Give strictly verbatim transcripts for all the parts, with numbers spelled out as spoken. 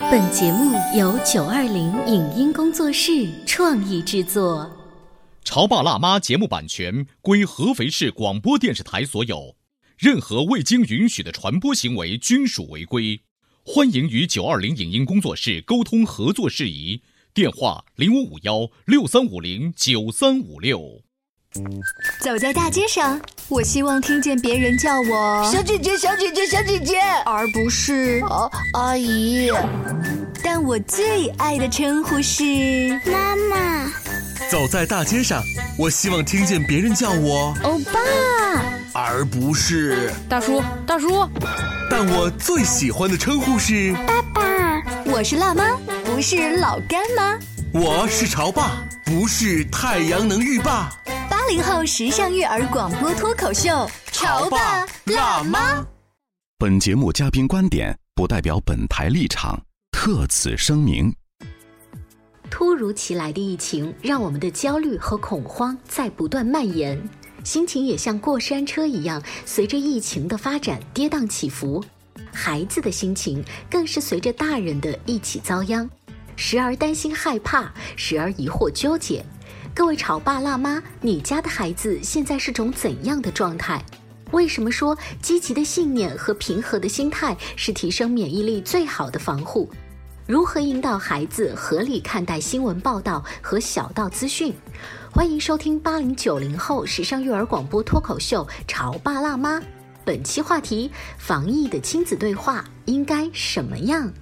本节目由九二零影音工作室创意制作。 潮爸辣妈节目版权归合肥市广播电视台所有，任何未经允许的传播行为均属违规。欢迎与九二零影音工作室沟通合作事宜，电话零五五幺六三五零九三五六。 走在大街上，我希望听见别人叫我小姐姐小姐姐小姐姐， 而不是啊阿姨。 但我最爱的称呼是妈妈。 走在大街上，我希望听见别人叫我欧巴， 而不是大叔大叔。 但我最喜欢的称呼是爸爸。 我是辣妈，不是老干妈。 我是潮爸，不是太阳能浴霸。 八零后时尚育儿广播脱口秀，潮爸辣妈。 本节目嘉宾观点不代表本台立场，特此声明。 突如其来的疫情让我们的焦虑和恐慌在不断蔓延，心情也像过山车一样随着疫情的发展跌宕起伏，孩子的心情更是随着大人的一起遭殃，时而担心害怕，时而疑惑纠结。各位潮爸辣妈，你家的孩子现在是种怎样的状态？为什么说积极的信念和平和的心态是提升免疫力最好的防护？如何引导孩子合理看待新闻报道和小道资讯？欢迎收听八零九零后时尚育儿广播脱口秀《潮爸辣妈》，本期话题：防疫的亲子对话应该什么样？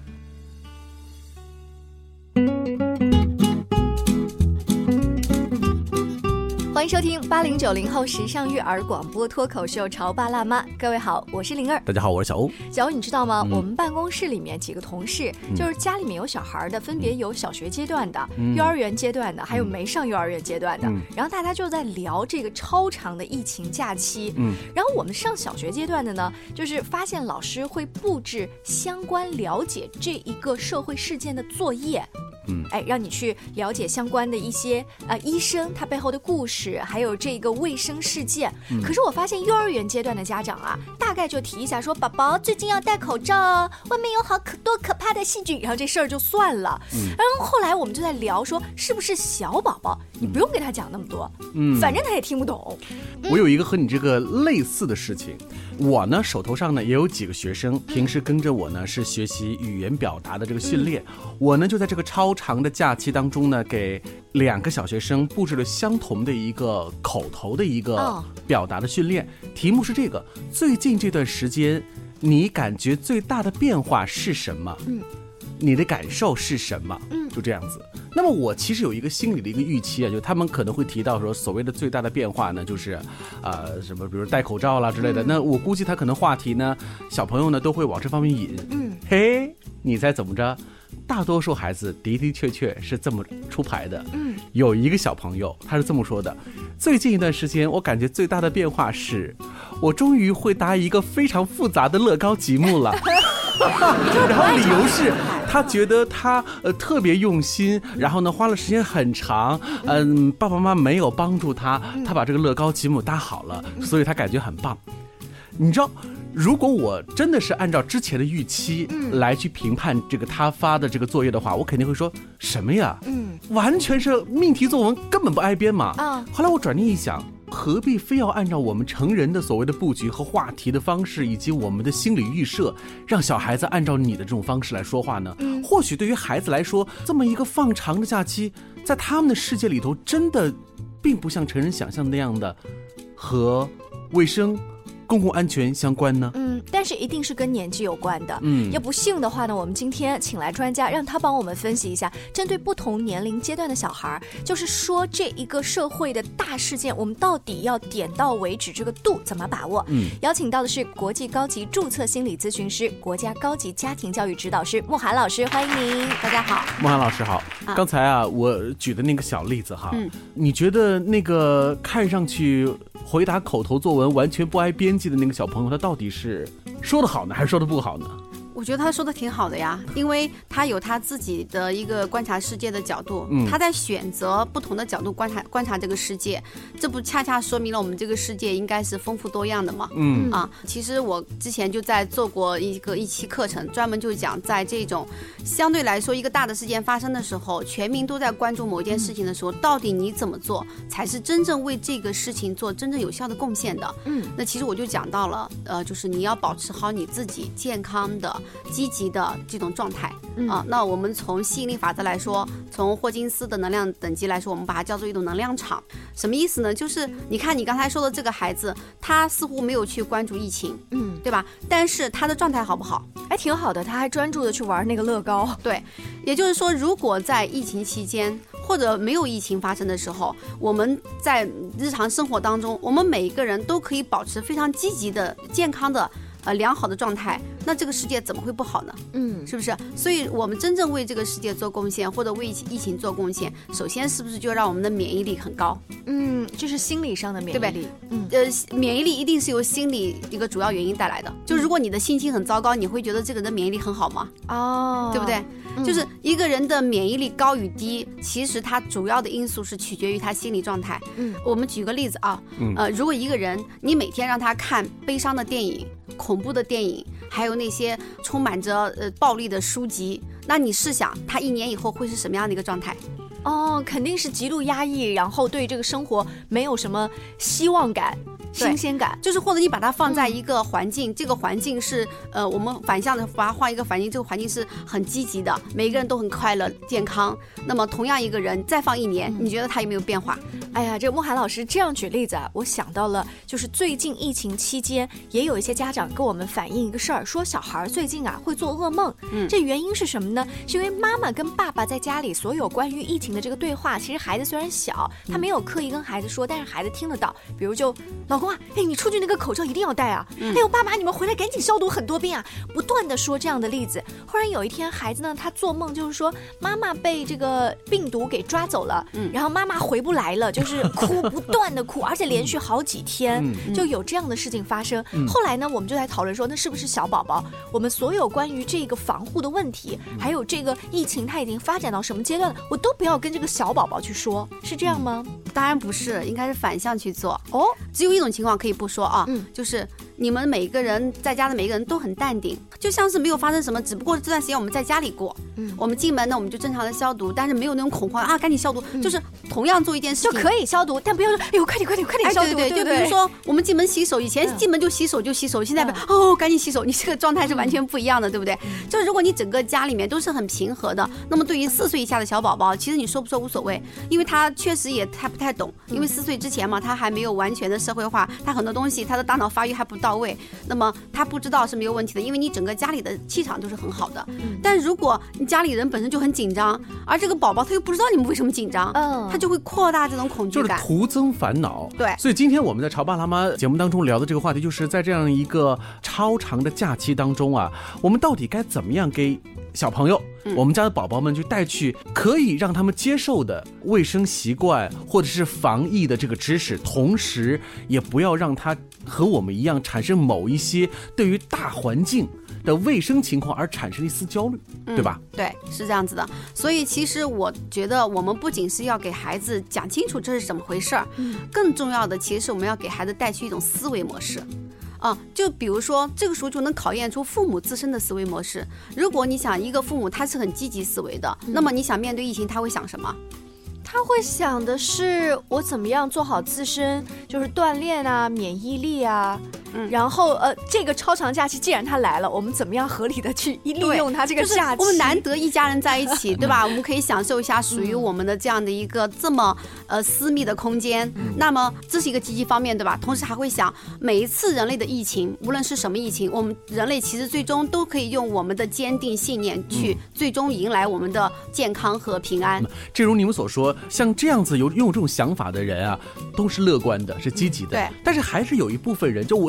欢迎收听八零九零后时尚育儿广播脱口秀《潮爸辣妈》。各位好，我是灵儿。 大家好，我是小欧。 小欧，你知道吗？ 嗯、 我们办公室里面几个同事，嗯、就是家里面有小孩的，分别有小学阶段的、嗯、幼儿园阶段的，还有没上幼儿园阶段的。嗯、然后大家就在聊这个超长的疫情假期。嗯，然后我们上小学阶段的呢，就是发现老师会布置相关了解这一个社会事件的作业。嗯，哎，让你去了解相关的一些呃医生他背后的故事，还有这个卫生事件。嗯、可是我发现幼儿园阶段的家长啊，大概就提一下说，宝宝最近要戴口罩哦，外面有好可多可怕的细菌，然后这事儿就算了。嗯，然后后来我们就在聊说，是不是小宝宝你不用给他讲那么多，嗯，反正他也听不懂。 我有一个和你这个类似的事情，我呢手头上呢也有几个学生，平时跟着我呢是学习语言表达的这个训练，嗯、我呢就在这个超长的假期当中呢，给两个小学生布置了相同的一个口头的一个表达的训练，哦、题目是这个：最近这段时间，你感觉最大的变化是什么？嗯，你的感受是什么？嗯，就这样子。那么我其实有一个心理的一个预期啊，就他们可能会提到说，所谓的最大的变化呢，就是，呃，什么，比如戴口罩啦之类的。嗯、那我估计他可能话题呢，小朋友呢都会往这方面引。嗯，嘿，你猜怎么着？大多数孩子的的确确是这么出牌的。嗯，有一个小朋友他是这么说的：最近一段时间，我感觉最大的变化是，我终于会答一个非常复杂的乐高积木了。然后理由是他觉得他呃特别用心，然后呢花了时间很长，嗯，爸爸妈妈没有帮助他，他把这个乐高积木搭好了，所以他感觉很棒。你知道，如果我真的是按照之前的预期来去评判这个他发的这个作业的话，我肯定会说什么呀？嗯，完全是命题作文，根本不挨边嘛。啊，后来我转念一想，何必非要按照我们成人的所谓的布局和话题的方式，以及我们的心理预设，让小孩子按照你的这种方式来说话呢？嗯，或许对于孩子来说，这么一个放长的假期，在他们的世界里头，真的并不像成人想象那样的和卫生、公共安全相关呢？ 嗯，但是一定是跟年纪有关的。嗯，要不幸的话呢，我们今天请来专家，让他帮我们分析一下，针对不同年龄阶段的小孩，就是说这一个社会的大事件，我们到底要点到为止，这个度怎么把握？嗯，邀请到的是国际高级注册心理咨询师、国家高级家庭教育指导师慕寒老师，欢迎您。大家好。 慕寒老师好。啊、刚才啊，我举的那个小例子哈，嗯，你觉得那个看上去回答口头作文完全不挨边际的那个小朋友，他到底是说得好呢，还是说得不好呢？ 我觉得他说的挺好的呀，因为他有他自己的一个观察世界的角度，嗯、他在选择不同的角度观察观察这个世界，这不恰恰说明了我们这个世界应该是丰富多样的吗？嗯啊，其实我之前就在做过一个一期课程，专门就讲在这种相对来说一个大的事件发生的时候，全民都在关注某件事情的时候，嗯、到底你怎么做才是真正为这个事情做真正有效的贡献的？嗯，那其实我就讲到了，呃，就是你要保持好你自己健康的、积极的这种状态、嗯、啊。那我们从吸引力法则来说，从霍金斯的能量等级来说，我们把它叫做一种能量场。什么意思呢？就是你看你刚才说的这个孩子，他似乎没有去关注疫情，嗯，对吧？但是他的状态好不好？ 哎，挺好的，他还专注的去玩那个乐高。 对，也就是说，如果在疫情期间或者没有疫情发生的时候，我们在日常生活当中，我们每一个人都可以保持非常积极的、健康的、呃良好的状态，那这个世界怎么会不好呢？嗯，是不是？所以我们真正为这个世界做贡献，或者为疫情做贡献，首先是不是就让我们的免疫力很高？ 嗯，这是心理上的免疫力， 对不对？嗯，呃，免疫力一定是由心理一个主要原因带来的。就如果你的心情很糟糕，你会觉得这个人的免疫力很好吗？哦，对不对？嗯、就是一个人的免疫力高与低，其实它主要的因素是取决于他心理状态。嗯，我们举个例子啊，嗯、呃，如果一个人你每天让他看悲伤的电影、恐怖的电影，还有那些充满着呃暴力的书籍，那你试想他一年以后会是什么样的一个状态？ 哦，肯定是极度压抑，然后对这个生活没有什么希望感、新鲜感。 就是或者你把它放在一个环境，嗯、这个环境是呃，我们反向的把它换一个环境，这个环境是很积极的，每一个人都很快乐、健康。那么同样一个人再放一年，嗯、你觉得他有没有变化？ 哎呀，这个慕寒老师这样举例子啊，我想到了，就是最近疫情期间，也有一些家长跟我们反映一个事儿，说小孩最近啊会做噩梦。嗯，这原因是什么呢？是因为妈妈跟爸爸在家里所有关于疫情的这个对话，其实孩子虽然小，他没有刻意跟孩子说，但是孩子听得到。比如就老公啊，哎，你出去那个口罩一定要戴啊！嗯、哎呦，爸妈你们回来赶紧消毒很多遍啊！不断的说这样的例子。忽然有一天，孩子呢，他做梦就是说妈妈被这个病毒给抓走了，嗯、然后妈妈回不来了，就是哭，不断的哭，而且连续好几天，嗯、就有这样的事情发生。嗯、后来呢，我们就在讨论说，那是不是小宝宝？我们所有关于这个防护的问题，还有这个疫情它已经发展到什么阶段了，我都不要跟这个小宝宝去说，是这样吗？ 当然不是，应该是反向去做。哦，只有一种情况可以不说啊，嗯、就是你们每个人在家的每个人都很淡定，就像是没有发生什么，只不过这段时间我们在家里过，嗯、我们进门呢我们就正常的消毒，但是没有那种恐慌啊，赶紧消毒，嗯、就是同样做一件事情就可以消毒，但不要说哎呦快点快点快点消毒， 哎、对 对, 对, 对, 对，就比如说我们进门洗手，以前进门就洗手就洗手，嗯、现在哦赶紧洗手，你这个状态是完全不一样的，嗯、对不对？嗯、就是如果你整个家里面都是很平和的，那么对于四岁以下的小宝宝，其实你说不说无所谓，因为他确实也太不太懂，因为四岁之前嘛，他还没有完全的社会化，他很多东西他的大脑发育还不到位，那么他不知道是没有问题的，因为你整个家里的气场都是很好的。嗯、但如果你家里人本身就很紧张，而这个宝宝他又不知道你们为什么紧张，嗯、他就会扩大这种恐惧感， 就是徒增烦恼。 对， 所以今天我们在潮爸辣妈节目当中聊的这个话题，就是在这样一个超长的假期当中啊，我们到底该怎么样给小朋友，嗯、我们家的宝宝们去带去可以让他们接受的卫生习惯或者是防疫的这个知识，同时也不要让他和我们一样产生某一些对于大环境的卫生情况而产生一丝焦虑，嗯、对吧？ 对，是这样子的。所以其实我觉得我们不仅是要给孩子讲清楚这是怎么回事儿，嗯、更重要的其实是我们要给孩子带去一种思维模式。啊，就比如说这个时候就能考验出父母自身的思维模式。如果你想一个父母他是很积极思维的，嗯、那么你想面对疫情他会想什么？ 他会想的是我怎么样做好自身，就是锻炼啊，免疫力啊，嗯、然后呃，这个超长假期既然它来了，我们怎么样合理的去利用它这个假期？ 就是、我们难得一家人在一起，对吧？我们可以享受一下属于我们的这样的一个这么呃私密的空间。嗯、那么这是一个积极方面，对吧？同时还会想，每一次人类的疫情，无论是什么疫情，我们人类其实最终都可以用我们的坚定信念去最终迎来我们的健康和平安。嗯、 正如你们所说，像这样子有拥有这种想法的人啊，都是乐观的，是积极的。 对， 但是还是有一部分人，就我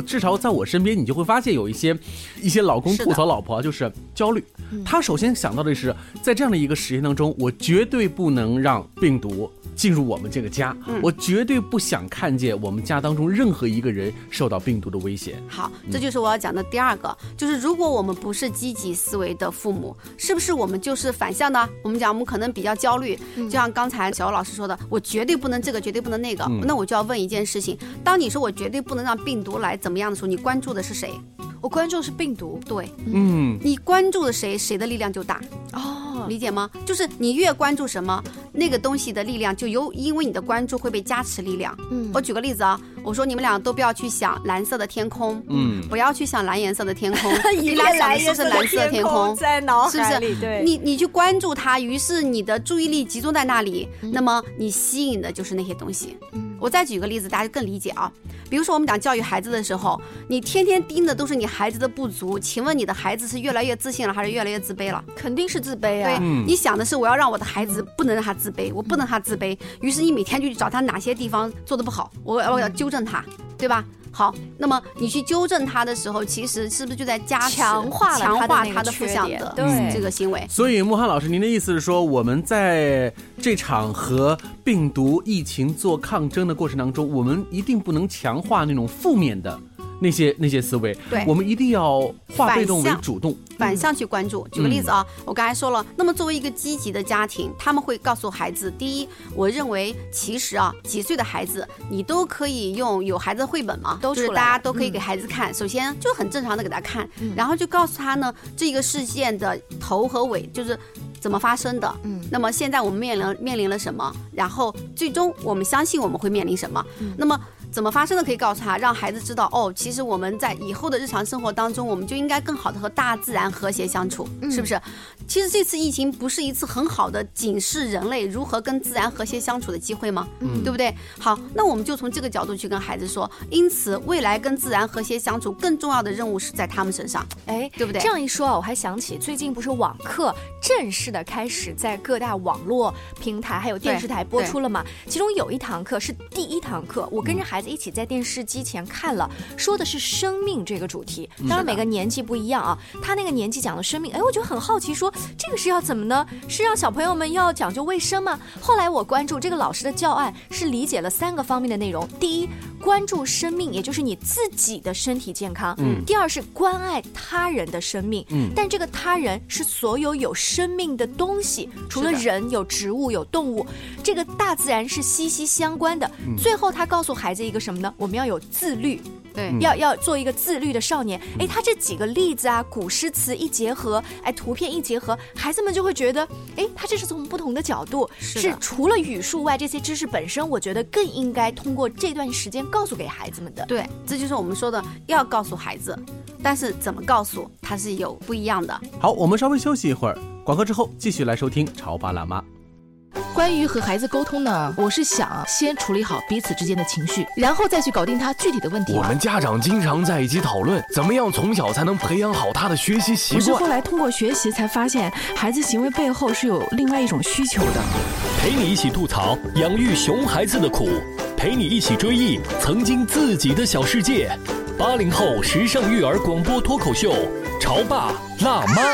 至少在我身边，你就会发现有一些一些老公吐槽老婆就是焦虑。他首先想到的是，在这样的一个实验当中，我绝对不能让病毒进入我们这个家，嗯、我绝对不想看见我们家当中任何一个人受到病毒的威胁。 好，这就是我要讲的第二个，嗯、就是如果我们不是积极思维的父母，是不是我们就是反向呢？我们讲我们可能比较焦虑，嗯、就像刚才小欧老师说的，我绝对不能这个，绝对不能那个。嗯、那我就要问一件事情：当你说我绝对不能让病毒来怎么样的时候，你关注的是谁？ 我关注的是病毒。 对，嗯，你关注的谁，谁的力量就大。哦，理解吗？就是你越关注什么，那个东西的力量就有，因为你的关注会被加持力量。嗯，我举个例子啊，我说你们俩都不要去想蓝色的天空，嗯，不要去想蓝颜色的天空，你俩想的是不是蓝色的天空在脑海里？ 是不是？ 对， 你你去关注它，于是你的注意力集中在那里，嗯、那么你吸引的就是那些东西。嗯，我再举个例子，大家就更理解啊。比如说我们讲教育孩子的时候，你天天盯的都是你孩子的不足，请问你的孩子是越来越自信了，还是越来越自卑了？ 肯定是自卑啊。 对，嗯、你想的是我要让我的孩子不能让他自卑，我不能让他自卑，于是你每天就去找他哪些地方做得不好，我我要纠正他，对吧？好，那么你去纠正他的时候，其实是不是就在加持强化了强化他的负向的这个行为？ 所以慕寒老师，您的意思是说，我们在这场和病毒疫情做抗争的过程当中，我们一定不能强化那种负面的那些那些思维，对，我们一定要化被动为主动， 反向去关注。举个例子啊，嗯、我刚才说了，那么作为一个积极的家庭，他们会告诉孩子，第一，我认为其实啊，几岁的孩子你都可以用有孩子的绘本嘛，都就是大家都可以给孩子看。嗯、首先就很正常的给他看，嗯、然后就告诉他呢，这个事件的头和尾就是怎么发生的。嗯，那么现在我们面临面临了什么？然后最终我们相信我们会面临什么？嗯、那么怎么发生的可以告诉他，让孩子知道哦，其实我们在以后的日常生活当中，我们就应该更好的和大自然和谐相处，嗯、是不是？其实这次疫情不是一次很好的警示人类如何跟自然和谐相处的机会吗？嗯，对不对？好，那我们就从这个角度去跟孩子说，因此未来跟自然和谐相处更重要的任务是在他们身上， 哎， 对不对？ 这样一说啊，我还想起最近不是网课正式的开始在各大网络平台还有电视台播出了嘛？其中有一堂课是第一堂课，我跟着孩子一起在电视机前看了，说的是生命这个主题。当然每个年纪不一样啊，他那个年纪讲的生命，哎，我就很好奇说，这个是要怎么呢？是让小朋友们要讲究卫生吗？后来我关注这个老师的教案是理解了三个方面的内容：第一，关注生命，也就是你自己的身体健康；嗯、第二是关爱他人的生命，嗯、但这个他人是所有有生命的东西，除了人有植物有动物，这个大自然是息息相关的。嗯、最后他告诉孩子一个什么呢？我们要有自律，对，要要做一个自律的少年。哎，他这几个例子啊，古诗词一结合，哎，图片一结合，孩子们就会觉得，哎，他这是从不同的角度，是, 是除了语数外这些知识本身，我觉得更应该通过这段时间告诉给孩子们的。 对，这就是我们说的要告诉孩子，但是怎么告诉，它是有不一样的。 好，我们稍微休息一会儿，广告之后继续来收听潮爸辣妈。 关于和孩子沟通呢，我是想先处理好彼此之间的情绪，然后再去搞定他具体的问题。 我们家长经常在一起讨论，怎么样从小才能培养好他的学习习惯。 我是后来通过学习才发现，孩子行为背后是有另外一种需求的。 陪你一起吐槽养育熊孩子的苦，陪你一起追忆曾经自己的小世界。八零后时尚育儿广播脱口秀，潮爸辣妈。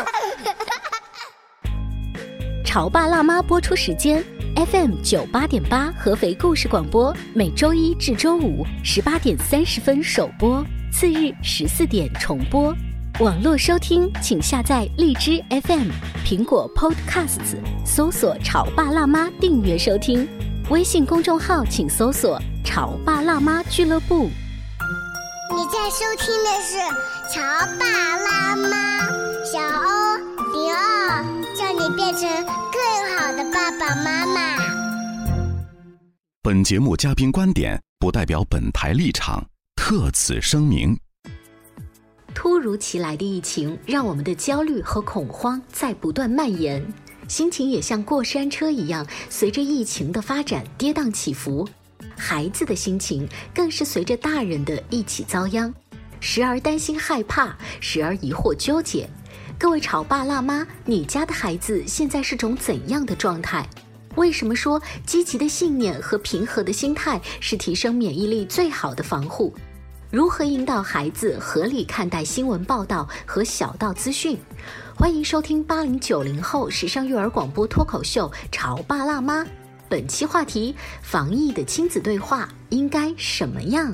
潮爸辣妈播出时间 F M 九八点八合肥故事广播，每周一至周五十八点三十分首播，次日十四点重播。网络收听请下载荔枝 F M、苹果 Podcasts 搜索潮爸辣妈订阅收听。微信公众号请搜索潮爸辣妈俱乐部。 你在收听的是潮爸辣妈，小欧零二，叫你变成更好的爸爸妈妈。 本节目嘉宾观点不代表本台立场，特此声明。 突如其来的疫情让我们的焦虑和恐慌在不断蔓延，心情也像过山车一样，随着疫情的发展跌宕起伏。孩子的心情更是随着大人的一起遭殃，时而担心害怕，时而疑惑纠结。各位潮爸辣妈，你家的孩子现在是种怎样的状态？为什么说积极的信念和平和的心态是提升免疫力最好的防护？ 如何引导孩子合理看待新闻报道和小道资讯？欢迎收听八零九零后时尚育儿广播脱口秀《潮爸辣妈》，本期话题：防疫的亲子对话应该什么样？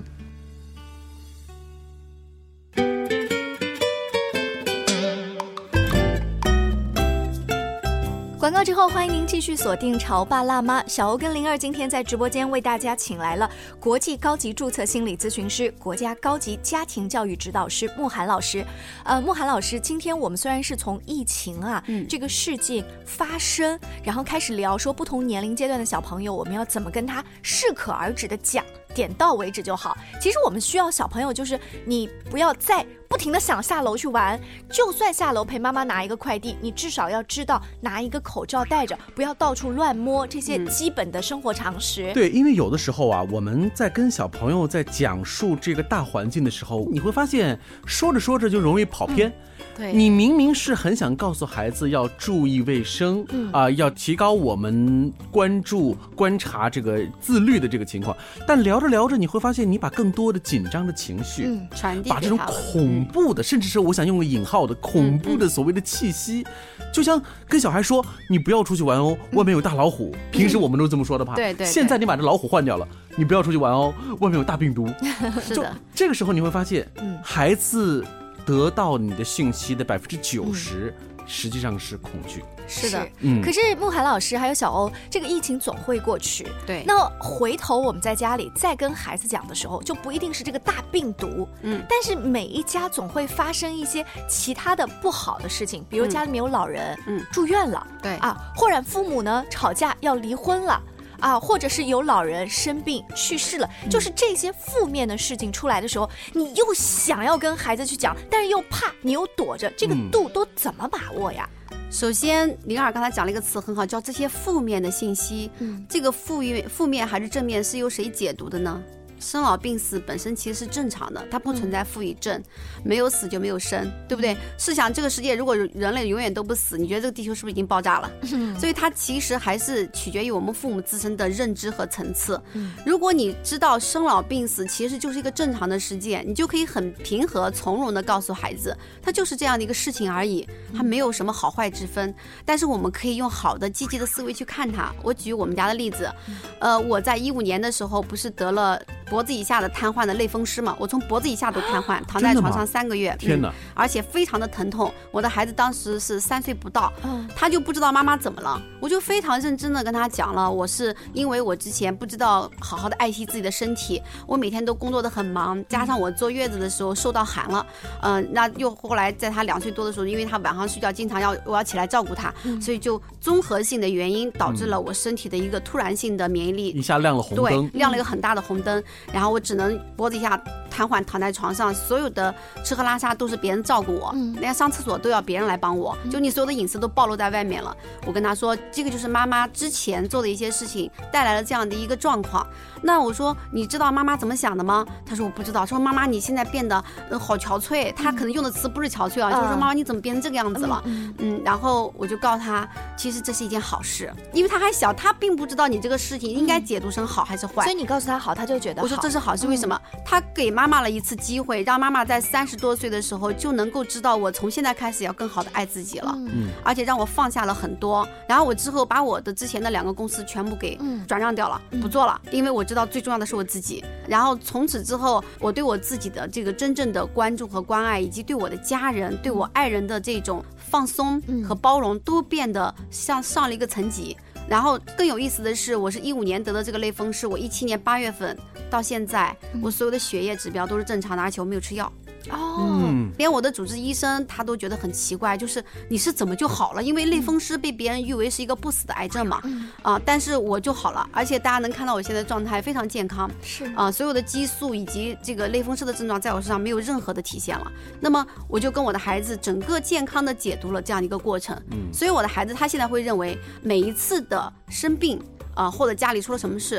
广告之后，欢迎您继续锁定潮爸辣妈。小欧跟灵儿今天在直播间为大家请来了国际高级注册心理咨询师、国家高级家庭教育指导师慕寒老师。呃，慕寒老师，今天我们虽然是从疫情啊、嗯、这个事情发生，然后开始聊说不同年龄阶段的小朋友，我们要怎么跟他适可而止的讲，点到为止就好。其实我们需要小朋友，就是你不要再不停的想下楼去玩，就算下楼陪妈妈拿一个快递，你至少要知道拿一个口罩戴着，不要到处乱摸，这些基本的生活常识、 嗯、对，因为有的时候啊，我们在跟小朋友在讲述这个大环境的时候，你会发现说着说着就容易跑偏、嗯， 对， 你明明是很想告诉孩子要注意卫生，嗯啊、呃，要提高我们关注、观察这个自律的这个情况，但聊着聊着，你会发现你把更多的紧张的情绪， 嗯，传递， 把这种恐怖的，甚至是我想用个引号的恐怖的所谓的气息，嗯、就像跟小孩说，你不要出去玩哦，外面有大老虎。嗯、平时我们都这么说的吧？ 对 对, 对。 现在你把这老虎换掉了，你不要出去玩哦，外面有大病毒。 是的。 这个时候你会发现，嗯，孩子得到你的信息的百分之九十，实际上是恐惧。 是的，嗯。可是慕寒老师还有小欧，这个疫情总会过去。 对。 那回头我们在家里再跟孩子讲的时候，就不一定是这个大病毒，嗯。但是每一家总会发生一些其他的不好的事情，比如家里面有老人，嗯，住院了， 对啊，或者父母呢吵架要离婚了。啊，或者是有老人生病去世了，就是这些负面的事情出来的时候，你又想要跟孩子去讲，但是又怕，你又躲着，这个度都怎么把握呀？ 嗯、首先，灵儿刚才讲了一个词很好，叫这些负面的信息。嗯，这个负面、负面还是正面，是由谁解读的呢？生老病死本身其实是正常的，它不存在负与正、嗯、没有死就没有生，对不对？试想这个世界如果人类永远都不死，你觉得这个地球是不是已经爆炸了？嗯、所以它其实还是取决于我们父母自身的认知和层次、嗯、如果你知道生老病死其实就是一个正常的世界，你就可以很平和从容地告诉孩子，它就是这样的一个事情而已，它没有什么好坏之分，但是我们可以用好的积极的思维去看它。我举我们家的例子，呃，我在一五年的时候不是得了脖子以下的瘫痪的类风湿嘛，我从脖子以下都瘫痪，躺在床上三个月， 天哪、嗯！ 而且非常的疼痛。我的孩子当时是三岁不到，嗯、他就不知道妈妈怎么了，我就非常认真的跟他讲了，我是因为我之前不知道好好的爱惜自己的身体，我每天都工作的很忙，加上我坐月子的时候受到寒了，嗯、呃，那又后来在他两岁多的时候，因为他晚上睡觉经常要我要起来照顾他，嗯、所以就综合性的原因导致了我身体的一个突然性的免疫力、 嗯、一下亮了红灯， 对，亮了一个很大的红灯，然后我只能脖子以下瘫痪，躺在床上，所有的吃喝拉撒都是别人照顾我，嗯、连上厕所都要别人来帮我，就你所有的隐私都暴露在外面了。我跟他说，这个就是妈妈之前做的一些事情带来了这样的一个状况。那我说，你知道妈妈怎么想的吗？他说我不知道。说妈妈你现在变得、呃、好憔悴，他可能用的词不是憔悴啊，嗯、就是说妈妈你怎么变成这个样子了？嗯，嗯然后我就告诉他，其实这是一件好事，因为他还小，他并不知道你这个事情应该解读成好还是坏。 所以你告诉他好，他就觉得好。 我说这是好事，为什么？嗯、他给妈妈了一次机会，让妈妈在三十多岁的时候就能够知道我从现在开始要更好的爱自己了，嗯，而且让我放下了很多。然后我之后把我的之前的两个公司全部给转让掉了，嗯、不做了，因为我知道最重要的是我自己。然后从此之后，我对我自己的这个真正的关注和关爱，以及对我的家人、对我爱人的这种放松和包容，都变得像上了一个层级。然后更有意思的是，我是一五年得的这个类风湿，我一七年八月份到现在，我所有的血液指标都是正常的，而且我没有吃药。哦，嗯，连我的主治医生他都觉得很奇怪，就是你是怎么就好了？因为类风湿被别人誉为是一个不死的癌症嘛，嗯、啊，但是我就好了，而且大家能看到我现在状态非常健康，是啊，所有的激素以及这个类风湿的症状在我身上没有任何的体现了。那么我就跟我的孩子整个健康的解读了这样一个过程，嗯，所以我的孩子他现在会认为每一次的生病。啊、呃，或者家里出了什么事，我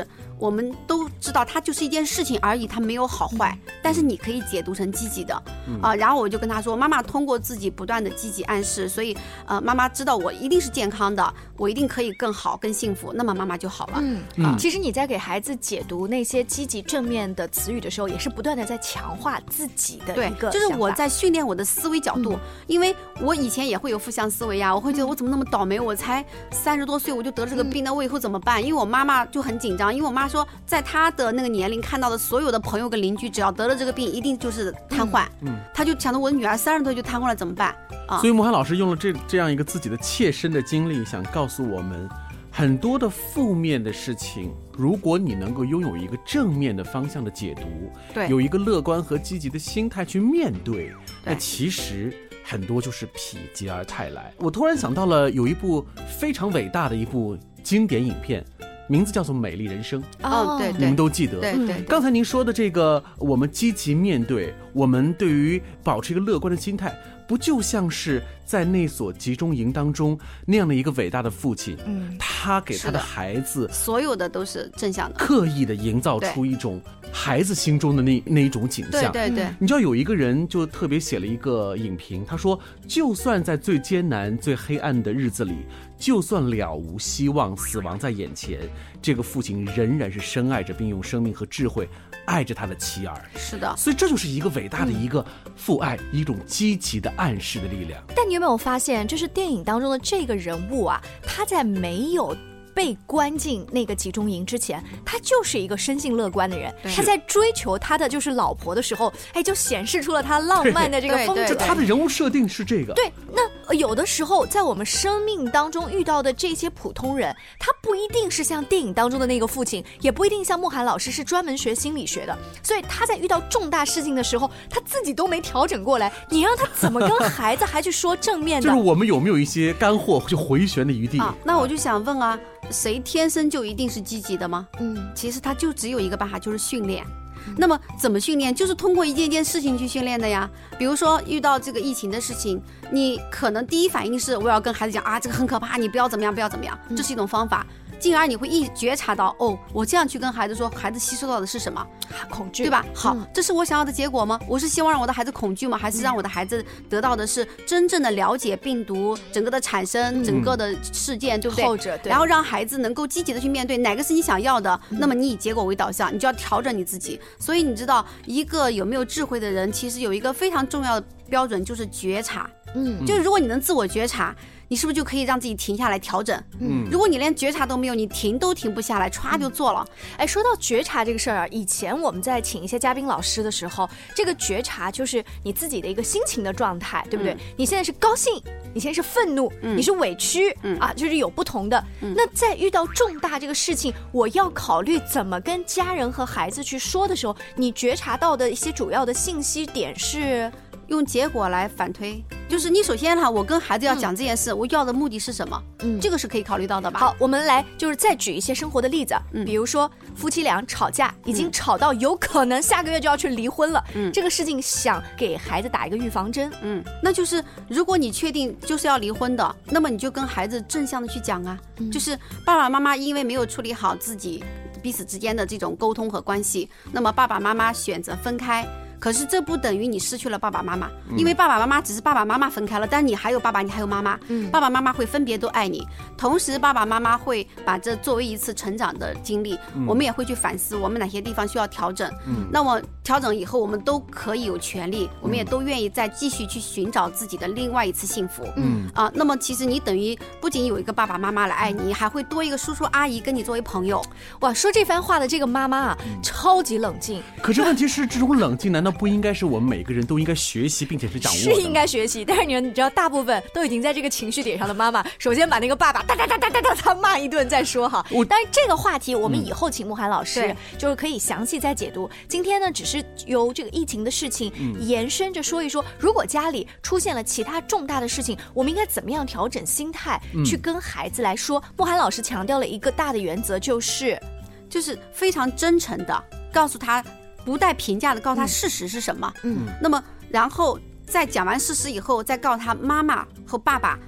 我们都知道它就是一件事情而已，它没有好坏，但是你可以解读成积极的啊、呃。然后我就跟他说，妈妈通过自己不断的积极暗示，所以呃，妈妈知道我一定是健康的，我一定可以更好更幸福，那么妈妈就好了。 嗯，啊、其实你在给孩子解读那些积极正面的词语的时候，也是不断的在强化自己的一个， 对，就是我在训练我的思维角度、嗯，因为我以前也会有负向思维呀，我会觉得我怎么那么倒霉，我才三十多岁我就得了这个病，那我以后怎么办？因为我妈妈就很紧张，因为我妈说，在她的那个年龄看到的所有的朋友跟邻居，只要得了这个病，一定就是瘫痪。嗯，她就想着我的女儿三十多就瘫痪了怎么办啊？ 所以慕寒老师用了这这样一个自己的切身的经历，想告诉我们，很多的负面的事情，如果你能够拥有一个正面的方向的解读， 对， 有一个乐观和积极的心态去面对，那其实很多就是否极而泰来。我突然想到了有一部非常伟大的一部经典影片，名字叫做《美丽人生》。 哦，对对， 你们都记得。 对 对, 对。 刚才您说的这个，我们积极面对，我们对于保持一个乐观的心态，不就像是在那所集中营当中那样的一个伟大的父亲，嗯，他给他的孩子所有的都是正向的， 刻意的营造出一种孩子心中的那那一种景象。 对对对， 你知道有一个人就特别写了一个影评，他说，就算在最艰难最黑暗的日子里，就算了无希望，死亡在眼前，这个父亲仍然是深爱着并用生命和智慧爱着他的妻儿。 是的， 所以这就是一个伟大的一个父爱，嗯、一种积极的暗示的力量。 但你有没有发现，就是电影当中的这个人物啊，他在没有被关进那个集中营之前，他就是一个生性乐观的人。他在追求他的就是老婆的时候，哎，就显示出了他浪漫的这个风格。 他的人物设定是这个。 对，那有的时候在我们生命当中遇到的这些普通人，他不一定是像电影当中的那个父亲，也不一定像慕寒老师是专门学心理学的，所以他在遇到重大事情的时候，他自己都没调整过来，你让他怎么跟孩子还去说正面的？ 就是我们有没有一些干货就回旋的余地？ 啊，那我就想问啊，谁天生就一定是积极的吗？嗯，其实他就只有一个办法，就是训练。那么怎么训练？就是通过一件件事情去训练的呀。比如说遇到这个疫情的事情，你可能第一反应是我要跟孩子讲啊，这个很可怕，你不要怎么样，不要怎么样，这是一种方法。进而你会一觉察到，哦，我这样去跟孩子说，孩子吸收到的是什么？ 恐惧， 对吧？好、嗯，这是我想要的结果吗？我是希望让我的孩子恐惧吗？还是让我的孩子得到的是真正的了解病毒整个的产生、嗯、整个的事件，对不对？ 后者，对。 然后让孩子能够积极的去面对，哪个是你想要的？嗯、那么你以结果为导向，你就要调整你自己。所以你知道，一个有没有智慧的人，其实有一个非常重要的标准，就是觉察。嗯，就是如果你能自我觉察，你是不是就可以让自己停下来调整？嗯，如果你连觉察都没有，你停都停不下来，歘就做了。 哎，说到觉察这个事儿啊，以前我们在请一些嘉宾老师的时候，这个觉察就是你自己的一个心情的状态，对不对？嗯、你现在是高兴，你现在是愤怒，嗯、你是委屈，嗯啊，就是有不同的。嗯、那在遇到重大这个事情，我要考虑怎么跟家人和孩子去说的时候，你觉察到的一些主要的信息点是？ 用结果来反推，就是你首先哈，我跟孩子要讲这件事、嗯，我要的目的是什么？嗯，这个是可以考虑到的吧？ 好，我们来就是再举一些生活的例子，嗯，比如说夫妻俩吵架，已经吵到有可能下个月就要去离婚了，嗯，这个事情想给孩子打一个预防针， 嗯，那就是如果你确定就是要离婚的，那么你就跟孩子正向的去讲啊，嗯、就是爸爸妈妈因为没有处理好自己彼此之间的这种沟通和关系，那么爸爸妈妈选择分开。可是这不等于你失去了爸爸妈妈，因为爸爸妈妈只是爸爸妈妈分开了，但你还有爸爸，你还有妈妈，嗯，爸爸妈妈会分别都爱你，同时爸爸妈妈会把这作为一次成长的经历，嗯、我们也会去反思我们哪些地方需要调整，嗯，那么调整以后我们都可以有权利，我们也都愿意再继续去寻找自己的另外一次幸福，嗯啊，那么其实你等于不仅有一个爸爸妈妈来爱你，还会多一个叔叔阿姨跟你作为朋友。 哇，说这番话的这个妈妈啊，嗯、超级冷静。 可是问题是，这种冷静难道不应该是我们每个人都应该学习并且是掌握的？ 是应该学习，但是你你知道，大部分都已经在这个情绪点上的妈妈，首先把那个爸爸哒哒哒哒哒哒哒骂一顿再说哈。但是这个话题我们以后请慕寒老师、嗯、就是可以详细再解读。今天呢，只是由这个疫情的事情延伸着说一说，如果家里出现了其他重大的事情，我们应该怎么样调整心态、嗯、去跟孩子来说。慕寒老师强调了一个大的原则，就是就是非常真诚的告诉他，不带评价的告诉他事实是什么，嗯，那么然后在讲完事实以后，再告诉他妈妈和爸爸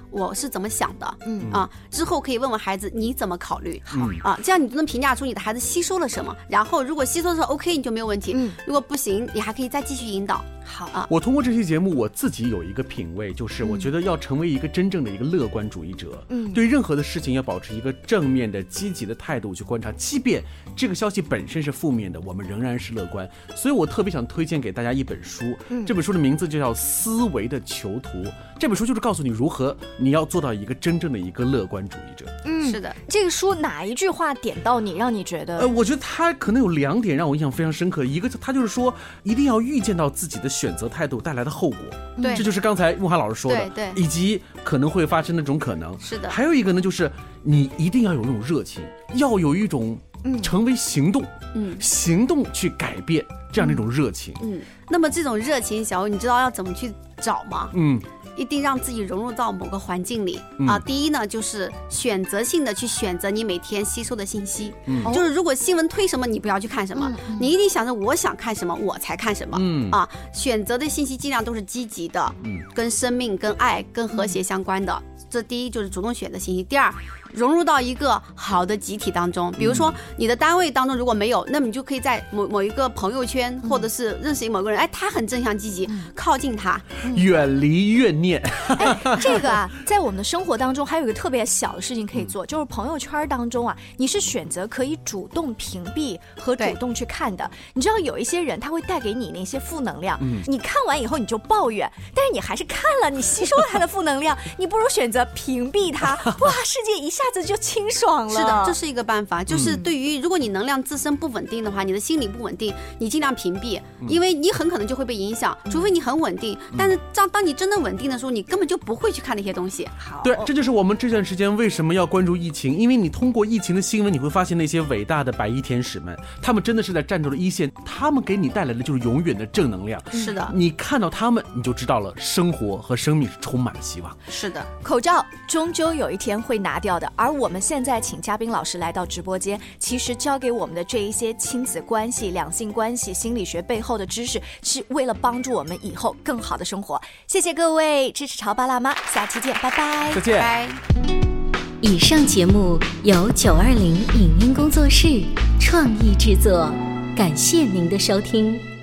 我是怎么想的，嗯啊，之后可以问问孩子你怎么考虑，好啊，这样你就能评价出你的孩子吸收了什么。然后如果吸收的时候 OK， 你就没有问题，嗯，如果不行，你还可以再继续引导。好啊， 我通过这期节目，我自己有一个品味，就是我觉得要成为一个真正的一个乐观主义者，嗯，对任何的事情要保持一个正面的、积极的态度去观察，即便这个消息本身是负面的，我们仍然是乐观。所以我特别想推荐给大家一本书，嗯，这本书的名字就叫《思维的囚徒》。这本书就是告诉你如何你要做到一个真正的一个乐观主义者。 嗯，是的。这个书哪一句话点到你，让你觉得？ 呃，我觉得它可能有两点让我印象非常深刻。一个，它就是说一定要预见到自己的选择态度带来的后果。对，这就是刚才慕寒老师说的，对对，以及可能会发生的那种可能。 是的。 还有一个呢，就是你一定要有那种热情，要有一种成为行动，嗯，行动去改变这样的一种热情。 嗯，那么这种热情，小欧，你知道要怎么去找吗？嗯。一定让自己融入到某个环境里、嗯、啊！第一呢，就是选择性的去选择你每天吸收的信息，嗯、就是如果新闻推什么，你不要去看什么，嗯、你一定想着我想看什么，我才看什么。嗯啊，选择的信息尽量都是积极的，嗯，跟生命、跟爱、跟和谐相关的。嗯、这第一就是主动选择信息。第二，融入到一个好的集体当中，比如说你的单位当中如果没有，那么你就可以在某某一个朋友圈，或者是认识某个人，哎，他很正向积极，靠近他， 远离怨念。 哎，这个啊，在我们的生活当中还有一个特别小的事情可以做，就是朋友圈当中啊，你是选择可以主动屏蔽和主动去看的。你知道有一些人他会带给你那些负能量，嗯、你看完以后你就抱怨，但是你还是看了，你吸收了他的负能量，你不如选择屏蔽他，哇，世界一下子就清爽了。 是的，这是一个办法，就是对于如果你能量自身不稳定的话，你的心理不稳定，你尽量屏蔽，因为你很可能就会被影响，除非你很稳定。但是当当你真的稳定的时候，你根本就不会去看那些东西。好， 对，这就是我们这段时间为什么要关注疫情，因为你通过疫情的新闻，你会发现那些伟大的白衣天使们，他们真的是在战斗的一线，他们给你带来的就是永远的正能量。 是的， 你看到他们，你就知道了生活和生命是充满了希望。 是的， 口罩终究有一天会拿掉的，而我们现在请嘉宾老师来到直播间，其实教给我们的这一些亲子关系、两性关系、心理学背后的知识，是为了帮助我们以后更好的生活。谢谢各位支持潮爸辣妈，下期见，拜拜， 再见。 拜。 以上节目由九二零影音工作室创意制作，感谢您的收听。